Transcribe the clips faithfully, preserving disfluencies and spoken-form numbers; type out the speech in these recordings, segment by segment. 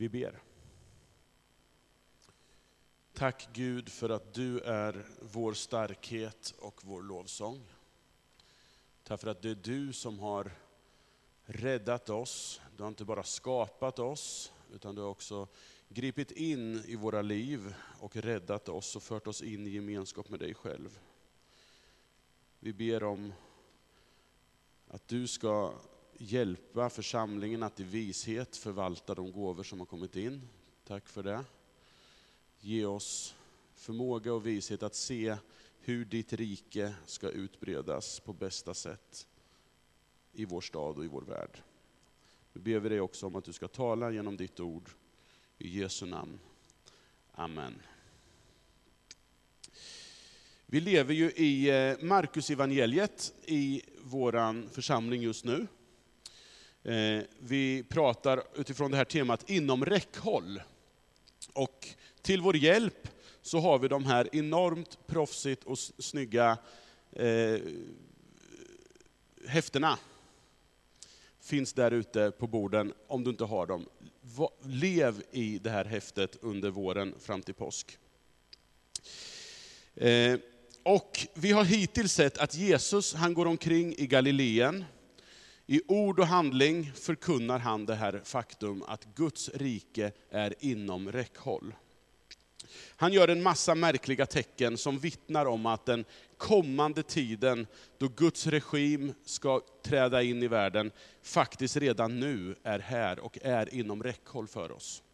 Vi ber. Tack Gud för att du är vår starkhet och vår lovsång. Tack för att det är du som har räddat oss. Du har inte bara skapat oss, utan du har också gripit in i våra liv och räddat oss och fört oss in i gemenskap med dig själv. Vi ber om att du ska hjälpa församlingen att i vishet förvalta de gåvor som har kommit in. Tack för det. Ge oss förmåga och vishet att se hur ditt rike ska utbredas på bästa sätt i vår stad och i vår värld. Nu ber vi dig också om att du ska tala genom ditt ord. I Jesu namn. Amen. Vi lever ju i Markus evangeliet i våran församling just nu. Vi pratar utifrån det här temat inom räckhåll. Och till vår hjälp så har vi de här enormt proffsigt och snygga eh, häftena. Finns där ute på borden om du inte har dem. Lev i det här häftet under våren fram till påsk. Eh, och vi har hittills sett att Jesus, han går omkring i Galileen. I ord och handling förkunnar han det här faktum att Guds rike är inom räckhåll. Han gör en massa märkliga tecken som vittnar om att den kommande tiden då Guds regim ska träda in i världen faktiskt redan nu är här och är inom räckhåll för oss.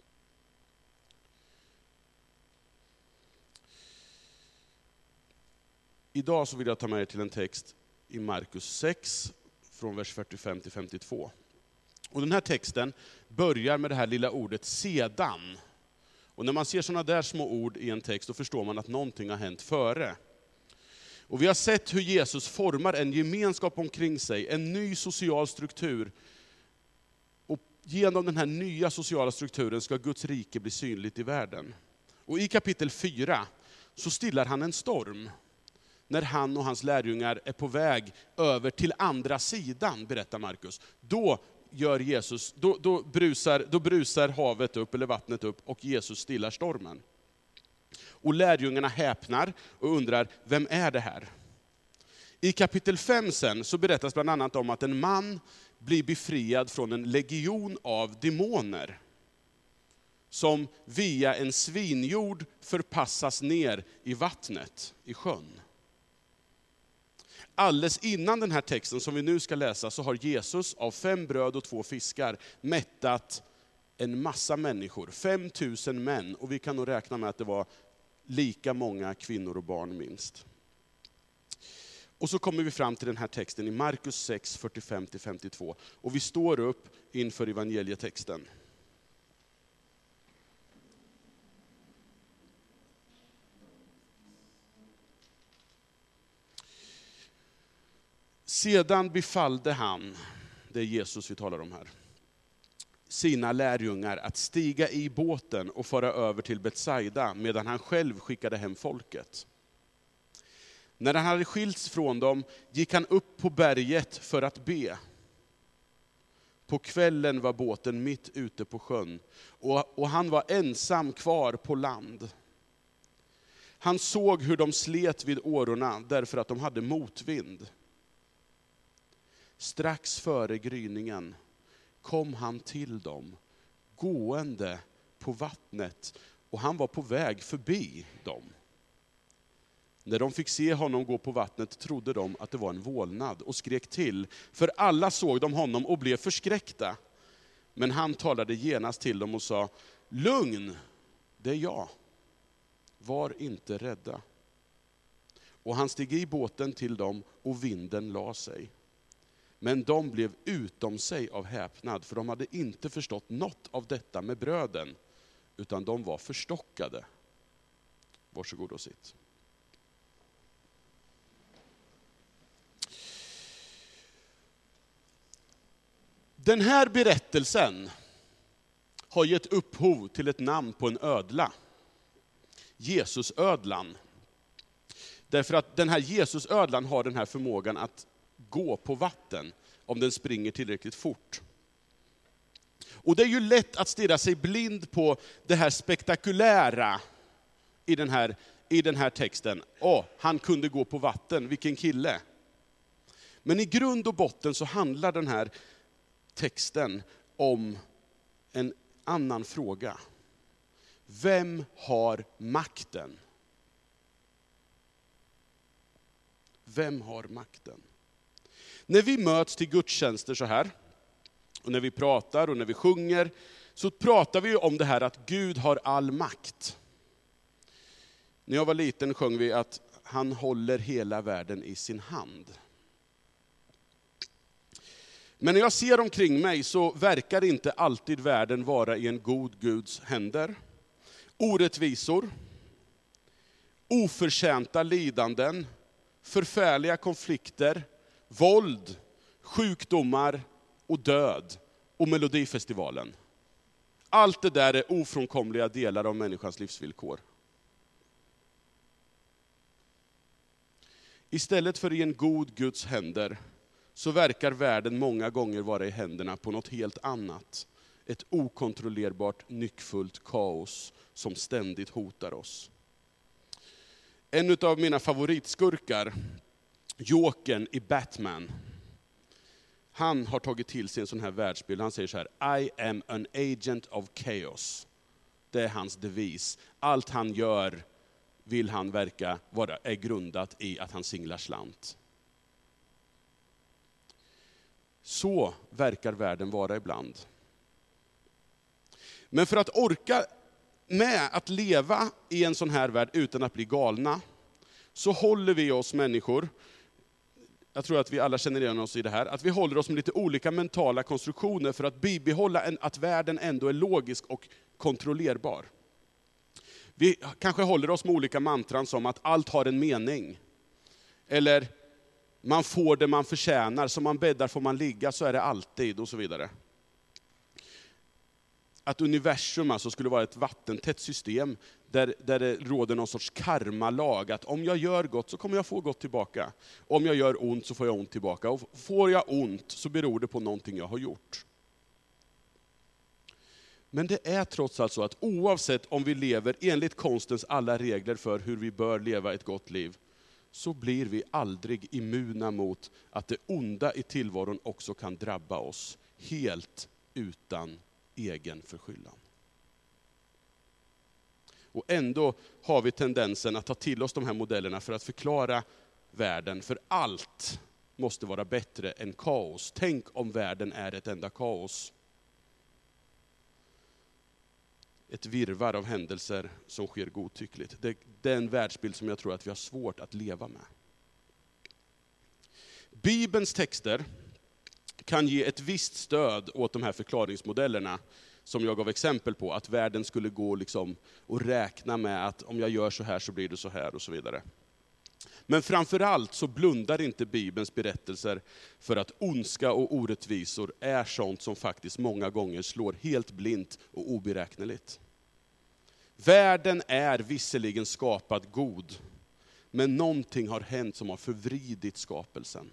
Idag så vill jag ta med er till en text i Markus sex från vers fyrtiofem till femtiotvå. Och den här texten börjar med det här lilla ordet sedan. Och när man ser sådana där små ord i en text, då förstår man att någonting har hänt före. Och vi har sett hur Jesus formar en gemenskap omkring sig, en ny social struktur. Och genom den här nya sociala strukturen ska Guds rike bli synligt i världen. Och i kapitel fyra så stillar han en storm. När han och hans lärjungar är på väg över till andra sidan, berättar Markus. Då gör Jesus, då, då, brusar, då brusar havet upp, eller vattnet upp, och Jesus stillar stormen. Och lärjungarna häpnar och undrar, vem är det här? I kapitel fem sen så berättas bland annat om att en man blir befriad från en legion av demoner. Som via en svinjord förpassas ner i vattnet, i sjön. Alldeles innan den här texten som vi nu ska läsa så har Jesus av fem bröd och två fiskar mättat en massa människor, fem tusen män, och vi kan nog räkna med att det var lika många kvinnor och barn minst. Och så kommer vi fram till den här texten i Markus sex, fyrtiofem till femtiotvå, och vi står upp inför evangelietexten. Sedan befallde han, det är Jesus vi talar om här, sina lärjungar att stiga i båten och föra över till Betsaida medan han själv skickade hem folket. När han hade skilts från dem gick han upp på berget för att be. På kvällen var båten mitt ute på sjön och, och han var ensam kvar på land. Han såg hur de slet vid årorna därför att de hade motvind. Strax före gryningen kom han till dem, gående på vattnet, och han var på väg förbi dem. När de fick se honom gå på vattnet trodde de att det var en vålnad och skrek till, för alla såg de honom och blev förskräckta. Men han talade genast till dem och sa, lugn, det är jag. Var inte rädda. Och han steg i båten till dem och vinden la sig. Men de blev utom sig av häpnad, för de hade inte förstått något av detta med bröden, utan de var förstockade. Varsågod och sitt. Den här berättelsen har gett upphov till ett namn på en ödla. Jesusödlan. Därför att den här Jesusödlan har den här förmågan att gå på vatten om den springer tillräckligt fort. Och det är ju lätt att stirra sig blind på det här spektakulära i den här, i den här texten. Åh, han kunde gå på vatten, vilken kille. Men i grund och botten så handlar den här texten om en annan fråga. Vem har makten? Vem har makten? När vi möts till gudstjänster så här, och när vi pratar och när vi sjunger, så pratar vi om det här att Gud har all makt. När jag var liten sjöng vi att han håller hela världen i sin hand. Men när jag ser omkring mig så verkar inte alltid världen vara i en god Guds händer. Orättvisor, oförtjänta lidanden, förfärliga konflikter, våld, sjukdomar och död och Melodifestivalen. Allt det där är ofrånkomliga delar av människans livsvillkor. Istället för i en god Guds händer så verkar världen många gånger vara i händerna på något helt annat. Ett okontrollerbart, nyckfullt kaos som ständigt hotar oss. En av mina favoritskurkar, Jokern i Batman, han har tagit till sig en sån här världsbild. Han säger så här: I am an agent of chaos. Det är hans devis. Allt han gör vill han verka vara är grundat i att han singlar slant. Så verkar världen vara ibland. Men för att orka med att leva i en sån här värld utan att bli galna, så håller vi oss människor, jag tror att vi alla känner igen oss i det här, att vi håller oss med lite olika mentala konstruktioner för att bibehålla en, att världen ändå är logisk och kontrollerbar. Vi kanske håller oss med olika mantran som att allt har en mening. Eller man får det man förtjänar, som man bäddar får man ligga, så är det alltid och så vidare. Att universum alltså skulle vara ett vattentätt system där, där det råder någon sorts karmalag. Att om jag gör gott så kommer jag få gott tillbaka. Om jag gör ont så får jag ont tillbaka. Och får jag ont så beror det på någonting jag har gjort. Men det är trots allt så att oavsett om vi lever enligt konstens alla regler för hur vi bör leva ett gott liv, så blir vi aldrig immuna mot att det onda i tillvaron också kan drabba oss helt utan egen förskyllan. Och ändå har vi tendensen att ta till oss de här modellerna för att förklara världen, för allt måste vara bättre än kaos. Tänk om världen är ett enda kaos. Ett virrvarr av händelser som sker godtyckligt. Det, det är en världsbild som jag tror att vi har svårt att leva med. Bibelns texter kan ge ett visst stöd åt de här förklaringsmodellerna som jag gav exempel på. Att världen skulle gå liksom och räkna med att om jag gör så här så blir det så här och så vidare. Men framförallt så blundar inte Bibelns berättelser för att ondska och orättvisor är sånt som faktiskt många gånger slår helt blint och oberäkneligt. Världen är visserligen skapad god, men någonting har hänt som har förvridit skapelsen.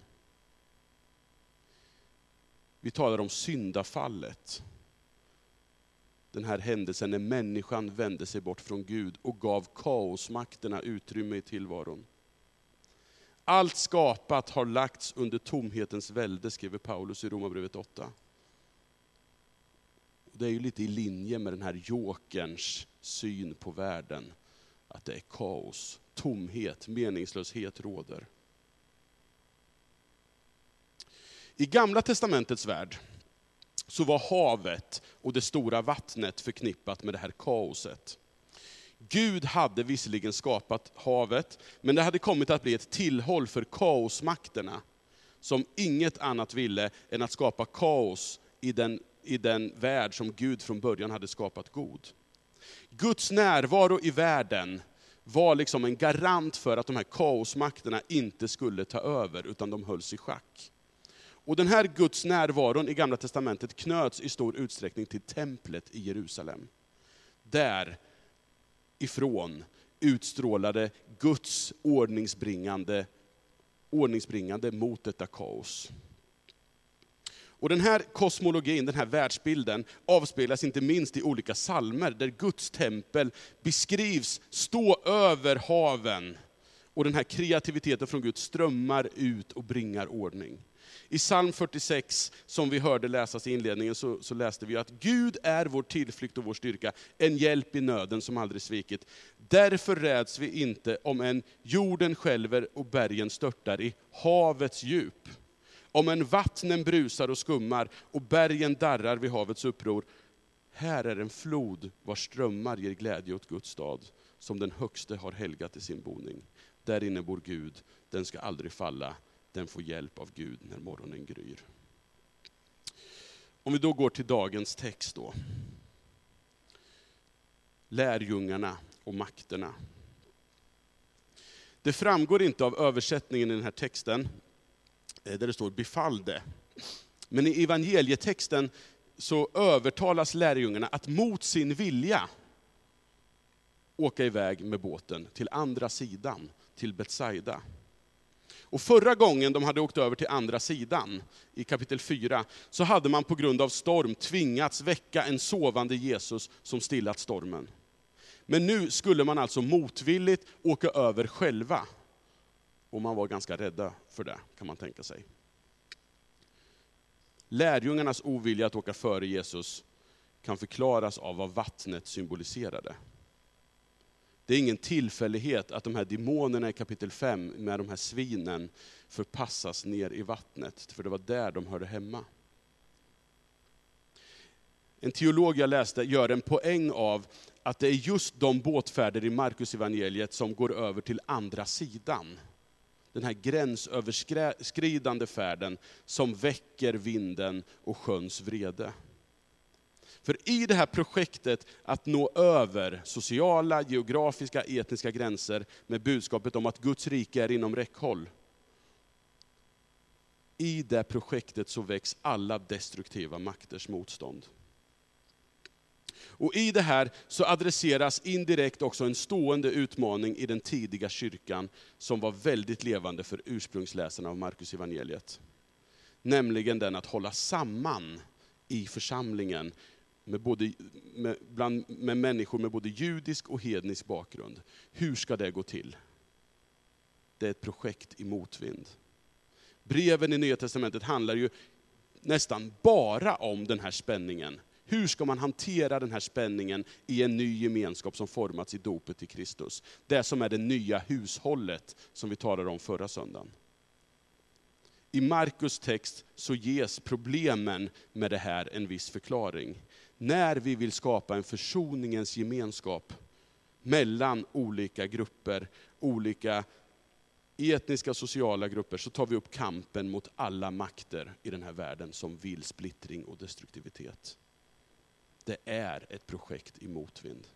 Vi talar om syndafallet. Den här händelsen när människan vände sig bort från Gud och gav kaosmakterna utrymme i tillvaron. Allt skapat har lagts under tomhetens välde, skriver Paulus i Romarbrevet åtta. Det är ju lite i linje med den här jokerns syn på världen. Att det är kaos, tomhet, meningslöshet råder. I Gamla testamentets värld så var havet och det stora vattnet förknippat med det här kaoset. Gud hade visserligen skapat havet, men det hade kommit att bli ett tillhåll för kaosmakterna, som inget annat ville än att skapa kaos i den, i den värld som Gud från början hade skapat god. Guds närvaro i världen var liksom en garant för att de här kaosmakterna inte skulle ta över, utan de hölls i schack. Och den här Guds närvaron i Gamla testamentet knöts i stor utsträckning till templet i Jerusalem. Där ifrån utstrålade Guds ordningsbringande, ordningsbringande mot detta kaos. Och den här kosmologin, den här världsbilden, avspeglas inte minst i olika psalmer där Guds tempel beskrivs stå över haven. Och den här kreativiteten från Gud strömmar ut och bringar ordning. I psalm fyrtiosex, som vi hörde läsas i inledningen, så, så läste vi att Gud är vår tillflykt och vår styrka, en hjälp i nöden som aldrig svikit. Därför räds vi inte om en jorden skälver och bergen störtar i havets djup. Om en vattnen brusar och skummar och bergen darrar vid havets uppror. Här är en flod vars strömmar ger glädje åt Guds stad, som den högste har helgat i sin boning. Där inne bor Gud, den ska aldrig falla, den får hjälp av Gud när morgonen gryr. Om vi då går till dagens text då. Lärjungarna och makterna. Det framgår inte av översättningen i den här texten, där det står befallde. Men i evangelietexten så övertalas lärjungarna att mot sin vilja åka iväg med båten till andra sidan, till Betsaida. Och förra gången de hade åkt över till andra sidan, i kapitel fyra, så hade man på grund av storm tvingats väcka en sovande Jesus som stillat stormen. Men nu skulle man alltså motvilligt åka över själva. Och man var ganska rädda för det, kan man tänka sig. Lärjungarnas ovilja att åka före Jesus kan förklaras av vad vattnet symboliserade. Det är ingen tillfällighet att de här demonerna i kapitel fem med de här svinen förpassas ner i vattnet, för det var där de hörde hemma. En teolog jag läste gör en poäng av att det är just de båtfärder i Markus evangeliet som går över till andra sidan. Den här gränsöverskridande färden som väcker vinden och sjöns vrede. För i det här projektet att nå över sociala, geografiska, etniska gränser med budskapet om att Guds rike är inom räckhåll. I det projektet så väcks alla destruktiva makters motstånd. Och i det här så adresseras indirekt också en stående utmaning i den tidiga kyrkan som var väldigt levande för ursprungsläsarna av Markus evangeliet. Nämligen den att hålla samman i församlingen med, både, med, bland, med människor med både judisk och hednisk bakgrund. Hur ska det gå till? Det är ett projekt i motvind. Breven i Nya testamentet handlar ju nästan bara om den här spänningen. Hur ska man hantera den här spänningen i en ny gemenskap som formats i dopet till Kristus? Det som är det nya hushållet som vi talade om förra söndagen. I Markus text så ges problemen med det här en viss förklaring. När vi vill skapa en försoningens gemenskap mellan olika grupper, olika etniska och sociala grupper, så tar vi upp kampen mot alla makter i den här världen som vill splittring och destruktivitet. Det är ett projekt i motvind.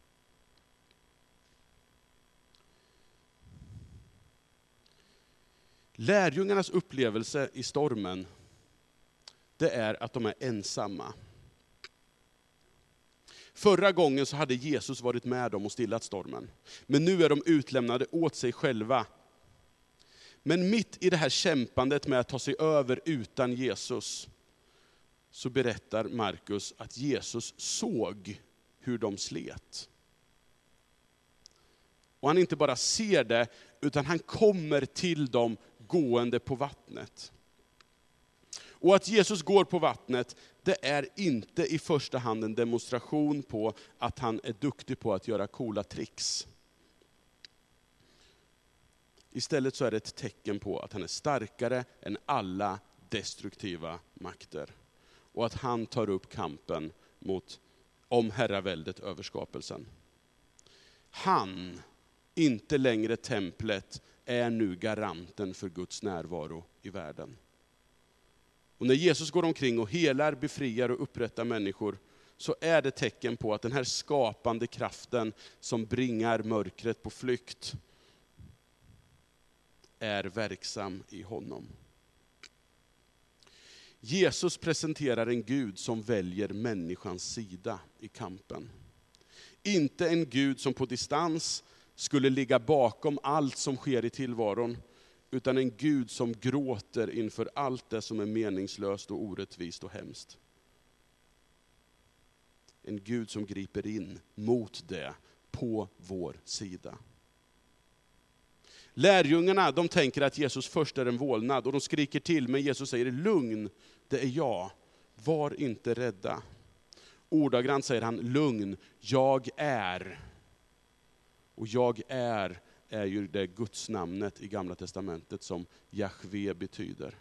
Lärjungarnas upplevelse i stormen, det är att de är ensamma. Förra gången så hade Jesus varit med dem och stillat stormen. Men nu är de utlämnade åt sig själva. Men mitt i det här kämpandet med att ta sig över utan Jesus, så berättar Markus att Jesus såg hur de slet. Och han inte bara ser det, utan han kommer till dem gående på vattnet. Och att Jesus går på vattnet, det är inte i första hand en demonstration på att han är duktig på att göra coola tricks. Istället så är det ett tecken på att han är starkare än alla destruktiva makter. Och att han tar upp kampen mot om herraväldet över skapelsen. Han, inte längre templet, är nu garanten för Guds närvaro i världen. Och när Jesus går omkring och helar, befriar och upprättar människor, så är det tecken på att den här skapande kraften som bringar mörkret på flykt är verksam i honom. Jesus presenterar en Gud som väljer människans sida i kampen. Inte en Gud som på distans skulle ligga bakom allt som sker i tillvaron, utan en Gud som gråter inför allt det som är meningslöst och orättvist och hemskt. En Gud som griper in mot det på vår sida. Lärjungarna, de tänker att Jesus först är en vålnad och de skriker till, men Jesus säger lugn, det är jag, var inte rädda. Ordagrant säger han lugn, jag är. Och jag är är ju det Guds namnet i Gamla testamentet som Jahve betyder.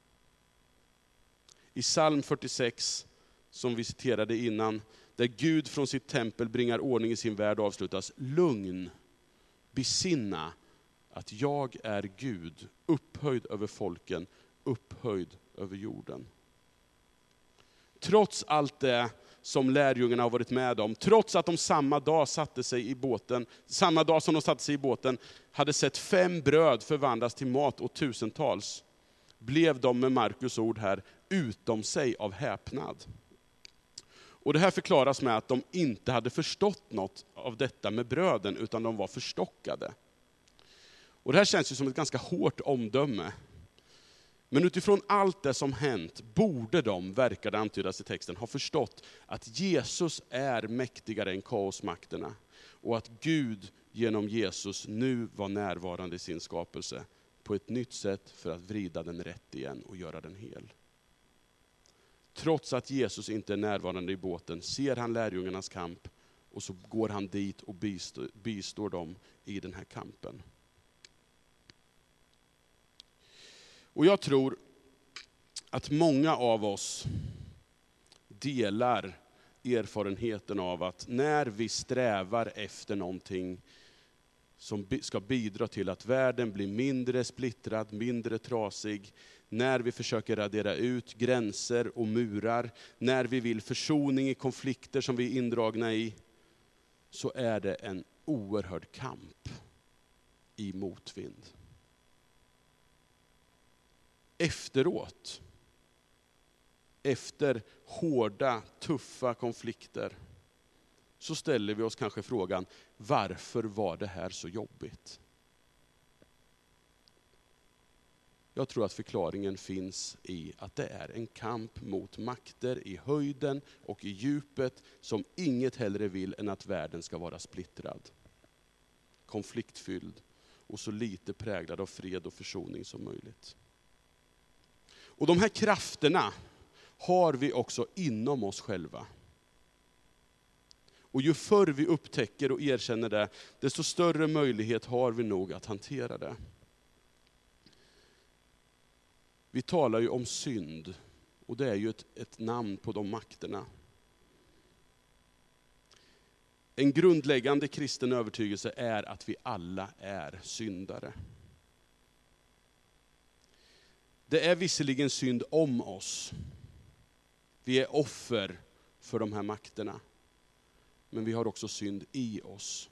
I psalm fyrtiosex, som vi citerade innan, där Gud från sitt tempel bringar ordning i sin värld, avslutas lugn, besinna att jag är Gud, upphöjd över folken, upphöjd över jorden. Trots allt det som lärjungarna har varit med om, trots att de samma dag satte sig i båten, samma dag som de satte sig i båten, hade sett fem bröd förvandlas till mat och tusentals, blev de med Markus ord här utom sig av häpnad. Och det här förklaras med att de inte hade förstått något av detta med bröden, utan de var förstockade. Och det här känns ju som ett ganska hårt omdöme. Men utifrån allt det som hänt borde de, verkar det antydas i texten, ha förstått att Jesus är mäktigare än kaosmakterna. Och att Gud genom Jesus nu var närvarande i sin skapelse på ett nytt sätt för att vrida den rätt igen och göra den hel. Trots att Jesus inte är närvarande i båten ser han lärjungarnas kamp och så går han dit och bistår, bistår dem i den här kampen. Och jag tror att många av oss delar erfarenheten av att när vi strävar efter någonting som ska bidra till att världen blir mindre splittrad, mindre trasig, när vi försöker radera ut gränser och murar, när vi vill försoning i konflikter som vi är indragna i, så är det en oerhörd kamp i motvind. Efteråt, efter hårda, tuffa konflikter, så ställer vi oss kanske frågan, varför var det här så jobbigt? Jag tror att förklaringen finns i att det är en kamp mot makter i höjden och i djupet som inget hellre vill än att världen ska vara splittrad, konfliktfylld och så lite präglad av fred och försoning som möjligt. Och de här krafterna har vi också inom oss själva. Och ju förr vi upptäcker och erkänner det, desto större möjlighet har vi nog att hantera det. Vi talar ju om synd, och det är ju ett, ett namn på de makterna. En grundläggande kristen övertygelse är att vi alla är syndare. Det är visserligen synd om oss. Vi är offer för de här makterna. Men vi har också synd i oss.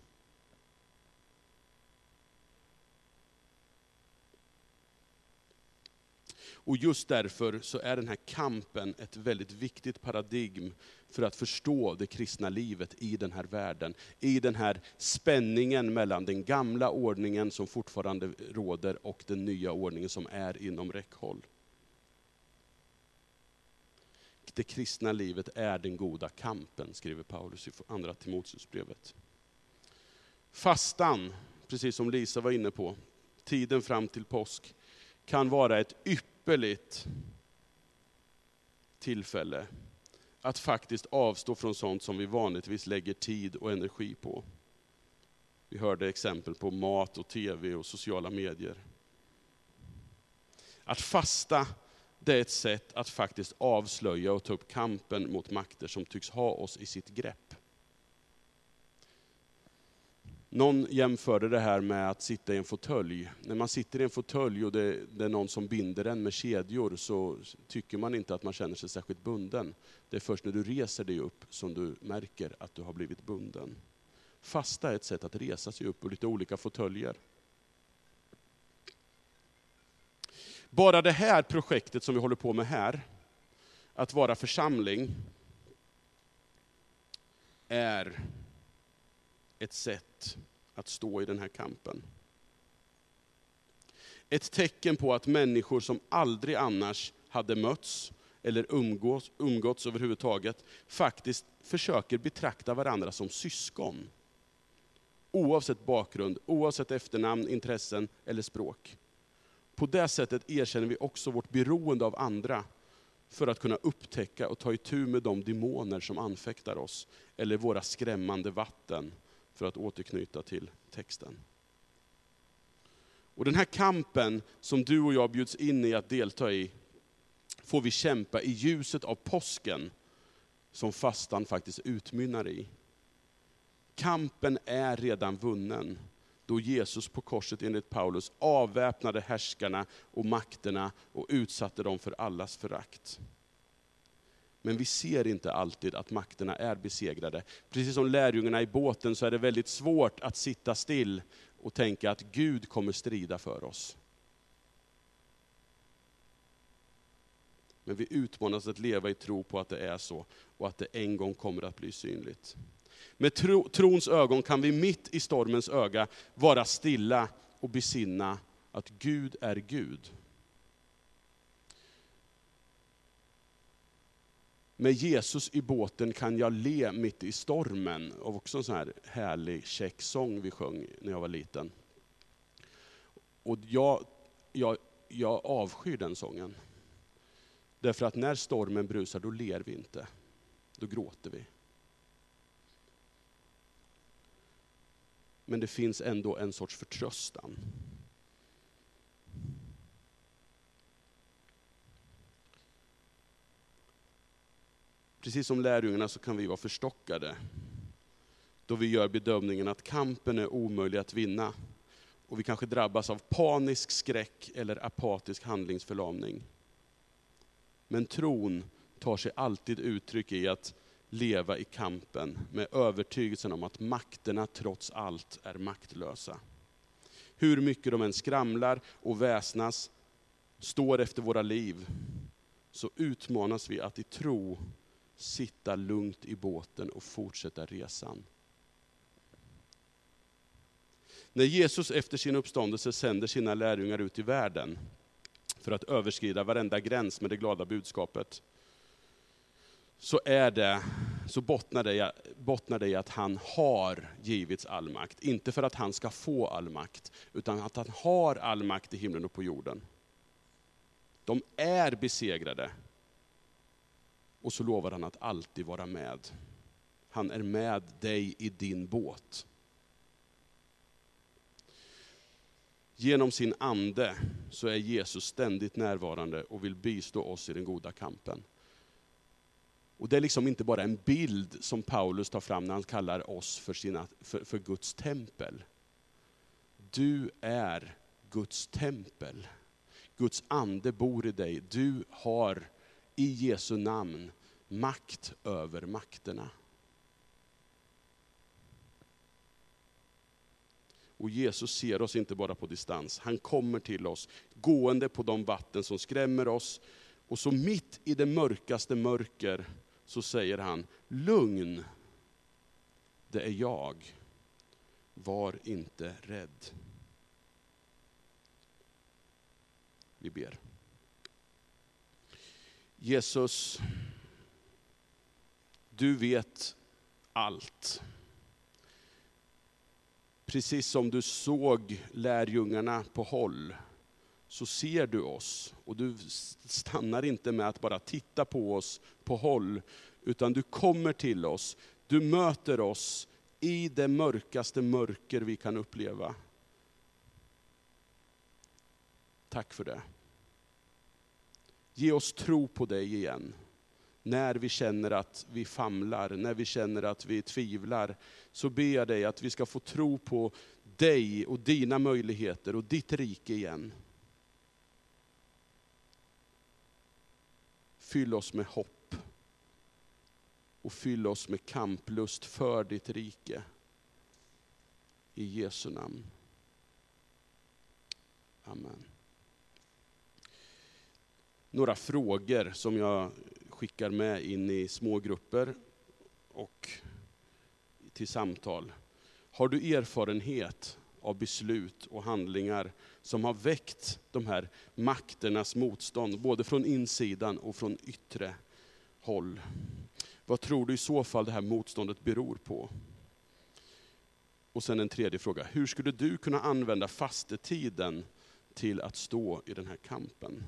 Och just därför så är den här kampen ett väldigt viktigt paradigm för att förstå det kristna livet i den här världen. I den här spänningen mellan den gamla ordningen som fortfarande råder och den nya ordningen som är inom räckhåll. Det kristna livet är den goda kampen, skriver Paulus i andra Timoteusbrevet. Fastan, precis som Lisa var inne på, tiden fram till påsk, kan vara ett ypperligt tillfälle att faktiskt avstå från sånt som vi vanligtvis lägger tid och energi på. Vi hörde exempel på mat och tv och sociala medier. Att fasta, det är ett sätt att faktiskt avslöja och ta upp kampen mot makter som tycks ha oss i sitt grepp. Någon jämförde det här med att sitta i en fåtölj. När man sitter i en fåtölj och det, det är någon som binder en med kedjor, så tycker man inte att man känner sig särskilt bunden. Det är först när du reser dig upp som du märker att du har blivit bunden. Fasta är ett sätt att resa sig upp på lite olika fåtöljer. Bara det här projektet som vi håller på med här, att vara församling, är ett sätt att stå i den här kampen. Ett tecken på att människor som aldrig annars hade mötts eller umgås, umgåtts överhuvudtaget faktiskt försöker betrakta varandra som syskon. Oavsett bakgrund, oavsett efternamn, intressen eller språk. På det sättet erkänner vi också vårt beroende av andra för att kunna upptäcka och ta itu med de demoner som anfäktar oss, eller våra skrämmande vatten, för att återknyta till texten. Och den här kampen som du och jag bjuds in i att delta i, får vi kämpa i ljuset av påsken som fastan faktiskt utmynnar i. Kampen är redan vunnen då Jesus på korset enligt Paulus avväpnade härskarna och makterna och utsatte dem för allas förakt. Men vi ser inte alltid att makterna är besegrade. Precis som lärjungarna i båten så är det väldigt svårt att sitta still och tänka att Gud kommer strida för oss. Men vi utmanas att leva i tro på att det är så och att det en gång kommer att bli synligt. Med tro, trons ögon kan vi mitt i stormens öga vara stilla och besinna att Gud är Gud. Med Jesus i båten kan jag le mitt i stormen. Och också en sån här härlig checksång vi sjöng när jag var liten. Och jag, jag, jag avskyr den sången. Därför att när stormen brusar, då ler vi inte. Då gråter vi. Men det finns ändå en sorts förtröstan. Precis som lärjungarna så kan vi vara förstockade. Då vi gör bedömningen att kampen är omöjlig att vinna. Och vi kanske drabbas av panisk skräck eller apatisk handlingsförlamning. Men tron tar sig alltid uttryck i att leva i kampen med övertygelsen om att makterna trots allt är maktlösa. Hur mycket de än skramlar och väsnas, står efter våra liv, så utmanas vi att i tro sitta lugnt i båten och fortsätta resan. När Jesus efter sin uppståndelse sänder sina lärjungar ut i världen för att överskrida varenda gräns med det glada budskapet, så är det, så bottnar det, bottnar det i att han har givits all makt. Inte för att han ska få all makt, utan att han har all makt i himlen och på jorden. De är besegrade. Och så lovar han att alltid vara med. Han är med dig i din båt. Genom sin ande så är Jesus ständigt närvarande och vill bistå oss i den goda kampen. Och det är liksom inte bara en bild som Paulus tar fram när han kallar oss för, sina, för, för Guds tempel. Du är Guds tempel. Guds ande bor i dig. Du har i Jesu namn makt över makterna. Och Jesus ser oss inte bara på distans. Han kommer till oss gående på de vatten som skrämmer oss. Och så mitt i det mörkaste mörker så säger han: lugn, det är jag. Var inte rädd. Vi ber. Jesus, du vet allt. Precis som du såg lärjungarna på håll, så ser du oss. Och du stannar inte med att bara titta på oss på håll, utan du kommer till oss. Du möter oss i det mörkaste mörker vi kan uppleva. Tack för det. Ge oss tro på dig igen. När vi känner att vi famlar, när vi känner att vi tvivlar, så ber jag dig att vi ska få tro på dig och dina möjligheter och ditt rike igen. Fyll oss med hopp och fyll oss med kamplust för ditt rike. I Jesu namn. Amen. Några frågor som jag skickar med in i små grupper och till samtal. Har du erfarenhet av beslut och handlingar som har väckt de här makternas motstånd, både från insidan och från yttre håll? Vad tror du i så fall det här motståndet beror på? Och sen en tredje fråga. Hur skulle du kunna använda fastetiden till att stå i den här kampen?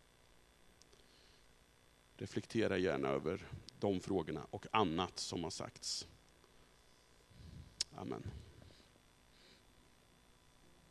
Reflektera gärna över de frågorna och annat som har sagts. Amen.